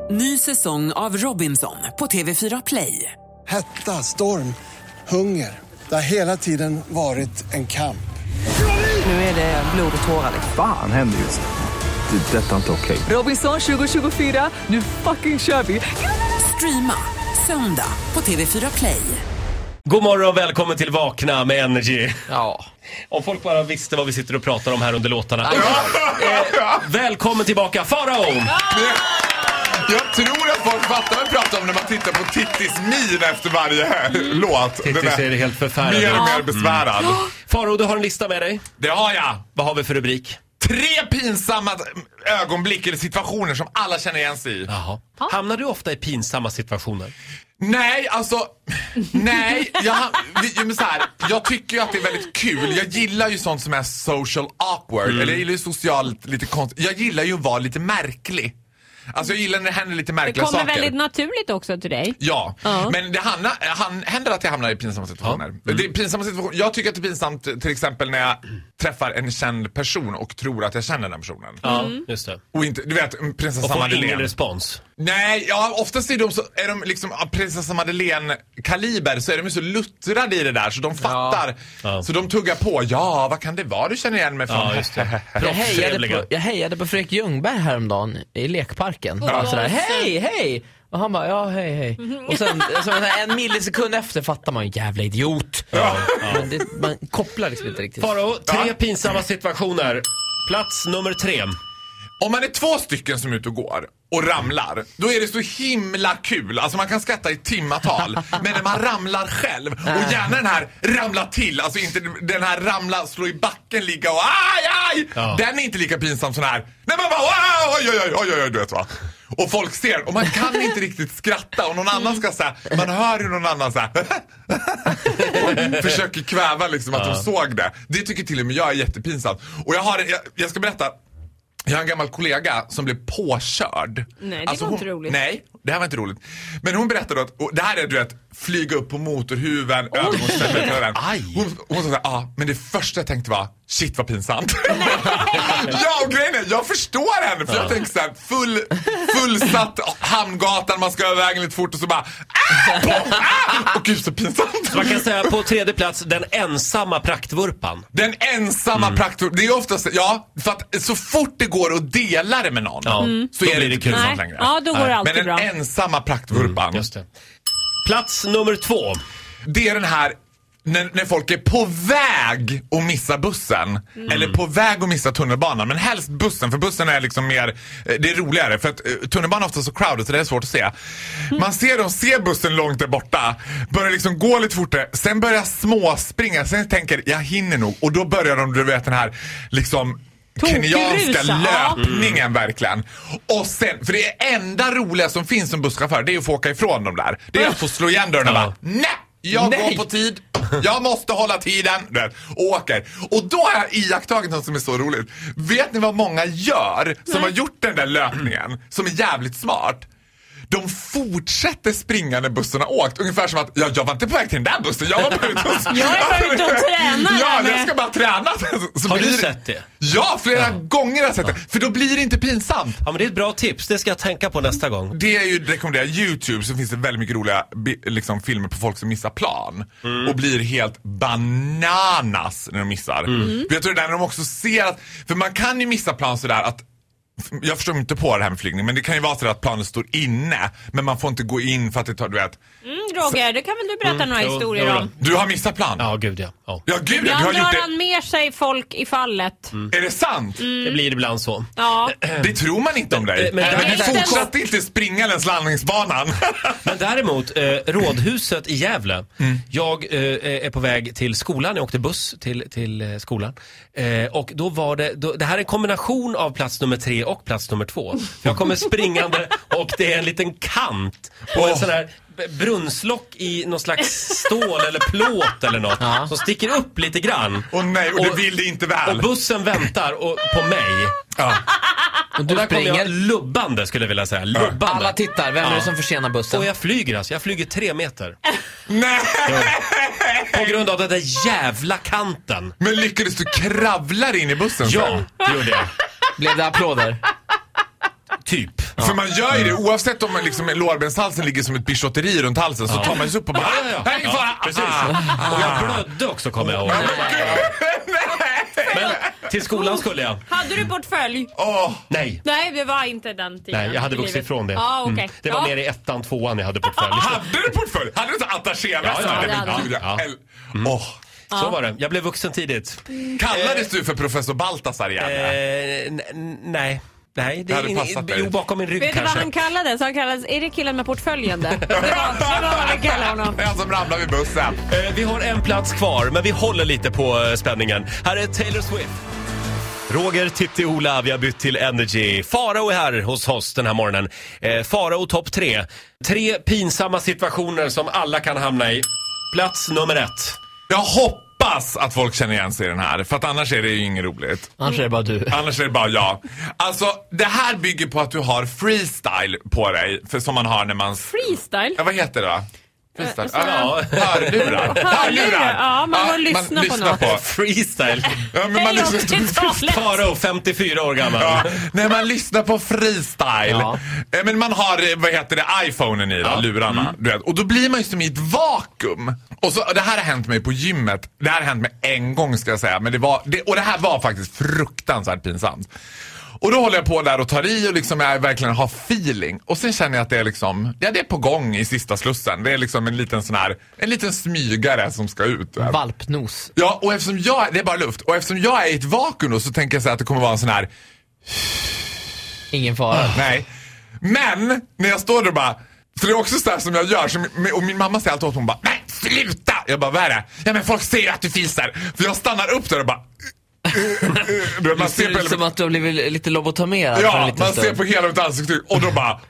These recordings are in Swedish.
Ny säsong av Robinson på TV4 Play. Hetta, storm, hunger. Det har hela tiden varit en kamp. Nu är det blod och tårar. Fan händer just nu. Det. Detta är inte okej. Robinson 2024, nu fucking kör vi. Streama söndag på TV4 Play. God morgon och välkommen till Vakna med Energy. Ja. Om folk bara visste vad vi sitter och pratar om här under låtarna. Välkommen tillbaka, Farao! Jag tror att folk fattar vad vi pratar om när man tittar på Tittis min efter varje låt. Tittis är helt förfärlig. Mer och mer besvärad. Farao, du har en lista med dig. Det har jag. Vad har vi för rubrik? 3 pinsamma ögonblick eller situationer som alla känner igen sig i. Jaha. Hamnar du ofta i pinsamma situationer? Nej, alltså... Nej, men så här, jag tycker ju att det är väldigt kul. Jag gillar ju sånt som är social awkward. Eller jag gillar ju socialt lite konstigt. Jag gillar ju att vara lite märklig. Alltså jag gillar när det händer lite märkliga saker. Det kommer väldigt naturligt också till dig. Ja, men det händer att jag hamnar i pinsamma situationer. Det är pinsamma situationer. Jag tycker att det är pinsamt till exempel när jag träffar en känd person och tror att jag känner den personen. Ja, just det. Och inte, du vet, prinsessa Madeleine. Och får Madeleine. ingen respons. Nej, ja, oftast är de liksom av prinsessa Madeleine-kaliber, så är de så luttrade i det där så de fattar. Ja. Så de tuggar på. Ja, vad kan det vara du känner igen mig från? Ja, just det. Jag hejade på Fredrik Ljungberg häromdagen i lekparken. Sådär, hej! Och han bara, ja, hej. Och sen en millisekund efter fattar man, jävla idiot. Ja. Men man kopplar liksom inte riktigt. Farao, 3 pinsamma situationer. Plats nummer 3. Om man är 2 stycken som är ute och går och ramlar, då är det så himla kul. Alltså man kan skratta i timmatal. Men när man ramlar själv, och gärna den här ramla till, alltså inte den här ramla, slå i backen, ligga och aj! Ja. Den är inte lika pinsam som den här. Nej, man bara oj, du vet va. Och folk ser, och man kan inte riktigt skratta. Och någon annan ska säga, man hör hur någon annan säger och försöker kväva liksom att de såg det. Det tycker till och med jag är jättepinsamt. Och jag ska berätta. Jag har en gammal kollega som blev påkörd. Nej, det var inte roligt. Nej, det här var inte roligt. Men hon berättade att, och det här är du vet, flyga upp på motorhuven, övergångsstället. Hon sa såhär, men det första jag tänkte var, shit vad pinsamt. Ja, och grejen är, jag förstår henne. För jag tänkte såhär, fullsatt Hamngatan, man ska över vägen lite fort och så bara, och gud så pinsamt. Så man kan säga på 3:e plats, den ensamma praktvurpan. Den ensamma praktvurpan, det är oftast, för att så fort det går att dela det med någon, så är det inte kul sånt längre. Ja, då går det alltid men bra. Men den ensamma praktvurpan. Just det. Plats nummer 2. Det är den här när folk är på väg att missa bussen eller på väg att missa tunnelbanan, men helst bussen, för bussen är liksom mer, det är roligare för att tunnelbanan är ofta så crowded så det är svårt att se. Man ser bussen långt där borta, börjar liksom gå lite fortare, sen börjar småspringa, sen tänker jag hinner nog, och då börjar de, du vet, den här liksom kenyanska löpningen verkligen. Och sen, för det är enda roliga som finns som busschaufför, det är att få åka ifrån dem där. Det är att få slå igen dörren och bara, nej! Jag går på tid, jag måste hålla tiden, och åker. Och då har jag iakttagit något som är så roligt. Vet ni vad många gör som har gjort den där löpningen, som är jävligt smart? De fortsätter springa när bussen har åkt. Ungefär som att, jag var inte på väg till den där bussen. Jag var ute och träna. Ja, jag ska bara träna. Så har du sett det? Ja, flera gånger har jag sett det. För då blir det inte pinsamt. Ja, men det är ett bra tips. Det ska jag tänka på nästa gång. Det är ju rekommenderat. YouTube, så finns det väldigt mycket roliga liksom, filmer på folk som missar plan. Och blir helt bananas när de missar. För jag tror det där när de också ser att, för man kan ju missa plan sådär att, jag förstår inte på det här med flygning, men det kan ju vara så att planen står inne, men man får inte gå in för att det tar, du vet. Roger, det kan väl du berätta några historier om? Du har missat plan? Ja, gud ja. Ja, gud ja, du har gjort drar det. han med sig folk i fallet. Är det sant? Det blir ibland så. Ja. Det tror man inte om dig. Men du fortsatte inte springa längs landningsbanan. Men däremot, Rådhuset i Gävle. Jag är på väg till skolan. Jag åkte buss till skolan. Och då var det här är en kombination av plats nummer 3 och plats nummer 2. Jag kommer springande och det är en liten kant på en sån här brunnslock i någon slags stål eller plåt eller något som sticker upp lite grann. Och nej, och du vill det inte väl. Och bussen väntar på mig. Ja. Och där kommer jag lubbande, skulle jag vilja säga. Lubbande. Alla tittar, vem är det som försenar bussen? Och jag flyger 3 meter. Nej! På grund av den där jävla kanten. Men lyckades du kravla in i bussen sen? Ja, det gjorde jag. Blev det applåder? Typ. För man gör ju det oavsett om man liksom lårbenshalsen ligger som ett bischotteri runt halsen så tar man ju upp och bara här är ingen fara. Precis. Och jag blödde också, kommer jag ihåg. Men till skolan skulle jag. Hade du portfölj? Nej. Nej, det var inte den tiden. Nej, jag hade vuxit ifrån det. Okay. Det var mer i 1:an, 2:an jag hade portfölj. Hade du portfölj? Hade du inte attachévästar? Så var det. Jag blev vuxen tidigt. Kallades du för professor Baltasar igen? Nej. Nej, det är bakom min rygg. Vet du vad han kallades? Han kallades, är det killen med portföljen där? Det var vad vi kallar honom. Det är han som ramlar vid bussen. Vi har en plats kvar, men vi håller lite på spänningen. Här är Taylor Swift. Roger, Titti, Ola, vi har bytt till Energy. Farao är här hos oss den här morgonen. Farao topp 3. 3 pinsamma situationer som alla kan hamna i. Plats nummer 1. Jag hoppas att folk känner igen sig i den här. För att annars är det ju inget roligt. Annars är det bara du. Annars är det bara jag. Alltså, det här bygger på att du har freestyle på dig. För som man har när man... Freestyle? Ja, vad heter det då? Freestyle? Hörlurar. Ja, man får lyssna på något. Freestyle. Ja, men man lyssnar på Farao, 54 år gammal. Ja, när man lyssnar på freestyle. Ja. Men man har, vad heter det, iPhonen i då, lurarna. Du vet. Och då blir man ju som i ett vakuum. Och så, det här har hänt mig på gymmet. Det här har hänt mig en gång ska jag säga. Men och det här var faktiskt fruktansvärt pinsamt. Och då håller jag på där och tar i och liksom jag verkligen har feeling. Och sen känner jag att det är liksom, det är på gång i sista slussen. Det är liksom en liten smygare som ska ut. Valpnos. Ja, och eftersom det är bara luft. Och eftersom jag är i ett vakuum då, så tänker jag så att det kommer vara en sån här... Ingen fara. Nej. Men, när jag står där och bara... För det är också så här som jag gör. Och min mamma säger alltid åt hon bara, nej, sluta! Jag bara, vad är det? Ja, men folk ser ju att du finns där. För jag stannar upp där och bara... Man ser ut som att du har blivit lite lobotomerad. Ja, man ser på hela mitt ansikte. Och då bara...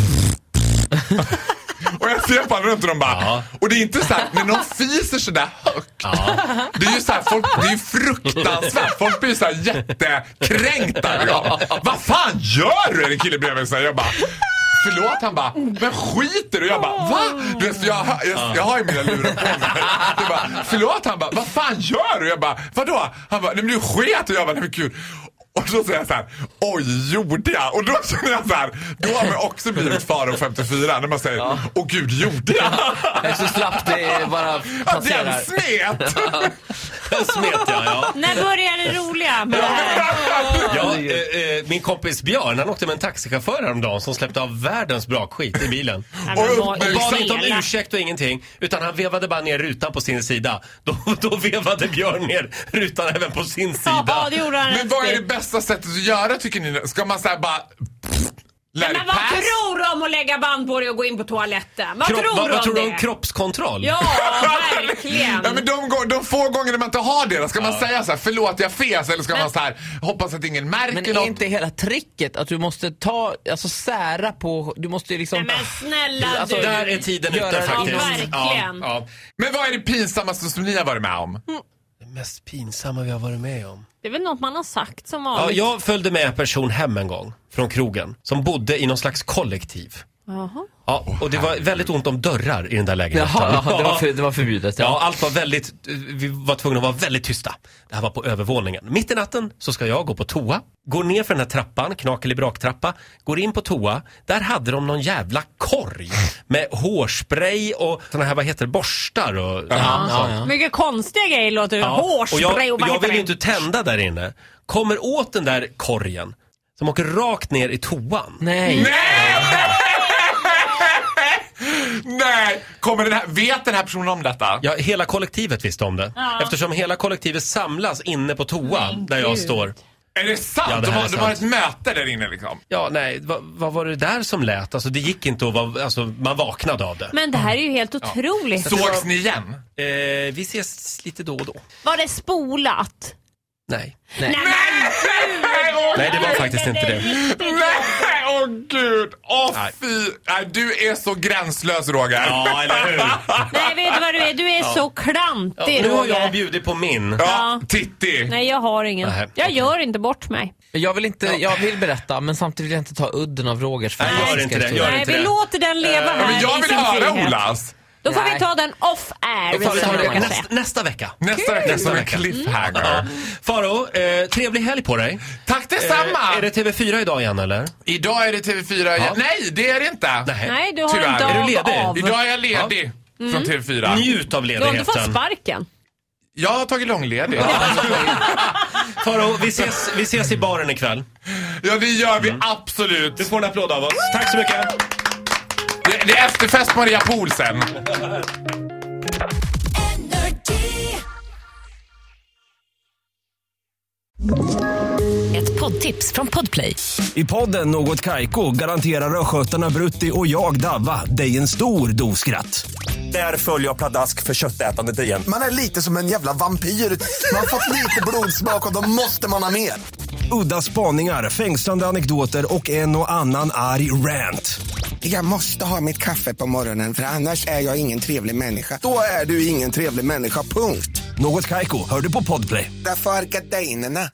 Och jag ser på alla runt och de bara... Och det är inte så här, när någon fiser så där högt. Det är ju så här, det är ju fruktansvärt. Folk blir så här jättekränkta. Vad fan gör du? Är det kille bredvid mig? Jag bara... Förlåt, han bara, men skiter du? Jag bara, va? Du vet, jag har ju mina lurar på mig. Jag bara, förlåt, han bara, vad fan gör du? Jag bara, vadå? Han bara, nej men du sket. Och jag bara, nej men gud. Och då säger jag så här, oj, gjorde jag? Och då känner jag så här, då har man också blivit Farao 54 när man säger, åh gud, gjorde jag? Så slapp det bara passera. Den smet! Den smet jag, ja. När börjar det roliga med det här? Min kompis Björn, han åkte med en taxichaufför häromdagen som släppte av världens brakskit i bilen. Och bad inte om ursäkt och ingenting, utan han vevade bara ner rutan på sin sida. Då vevade Björn ner rutan även på sin sida. Ja, det gjorde han. Men vad är det bästa sättet att göra, tycker ni? Ska man säga bara... Men vad tror du om att lägga band på dig och gå in på toaletten? Vad tror du om kroppskontroll? Ja, verkligen. Ja, men de få gånger man inte har det, ska man säga så här, förlåt jag fes, eller ska man så här, hoppas att ingen märker något? Men är inte hela tricket att du måste sära på, du måste ju liksom... Men snälla du. Där är tiden ute faktiskt. Verkligen. Ja. Men vad är det pinsammaste som ni har varit med om? Det mest pinsamma vi har varit med om. Det är väl något man har sagt som Ja, vanligt. jag följde med en person hem en gång från krogen som bodde i någon slags kollektiv. Jaha. Ja, och det var väldigt ont om dörrar i den där lägenheten. Jaha, det var förbjudet. Ja, allt var vi var tvungna att vara väldigt tysta. Det här var på övervåningen. Mitt i natten så ska jag gå på toa. Går ner för den här trappan, knakelibraktrappa. Går in på toa. Där hade de någon jävla korg med hårspray och såna här, vad heter det, borstar och Ja. Mycket konstiga grejer låter det. Hårspray och jag vill ju inte tända där inne. Kommer åt den där korgen som åker rakt ner i toan. Nej. Nej, vet den här personen om detta? Ja, hela kollektivet visste om det. Ja. Eftersom hela kollektivet samlas inne på toa där jag står. Är det sant? Ja, det här är sant. De har ett möte där inne liksom. Ja, nej, vad var det där som lät? Alltså det gick inte att man vaknade av det. Men det här är ju helt otroligt. Sågs ni igen? Vi ses lite då och då. Var det spolat? Nej. Nej, Nej, det var faktiskt inte det. Nej, åh gud. Fy. Nej, du är så gränslös, Roger. Ja, eller hur? Nej, vet du vad du är? Du är så klantig, Nu har jag Roger. bjudit på min. Ja, Titti. Nej, jag har ingen. Nej. Jag gör inte bort mig. Jag vill berätta, men samtidigt vill jag inte ta udden av Rogers. Nej, gör inte det. Nej, vi låter den leva här. Men jag i vill sin höra frihet. Olas. Då får vi ta den off-air. Då får vi ta det nästa vecka. Nästa vecka som en cliffhanger. Faro, trevlig helg på dig. Tack detsamma! Är det TV4 idag igen eller? Idag är det TV4. Ja. Nej, det är det inte. Nej, du har Tyvärr. en dag Är du ledig? av. Idag är jag ledig från TV4. Njut av Du har inte fått ledigheten. sparken. Jag har tagit långledig. Faro, vi ses i baren ikväll. Ja, det gör vi absolut. Du får en applåd av oss. Tack så mycket. Det är efterfest på Maria Pool sen. Ett poddtips från Podplay. I podden Något Kaiko garanterar skötarna Brutti och jag Davva dig en stor doskratt. Där följer jag pladask för köttätandet igen. Man är lite som en jävla vampyr. Man har fått lite blodsmak och då måste man ha mer. Udda spaningar, fängslande anekdoter och en och annan arg rant. Jag måste ha mitt kaffe på morgonen för annars är jag ingen trevlig människa. Då är du ingen trevlig människa, punkt. Något Kaiko, hör du på Podplay. Därför är gardinerna.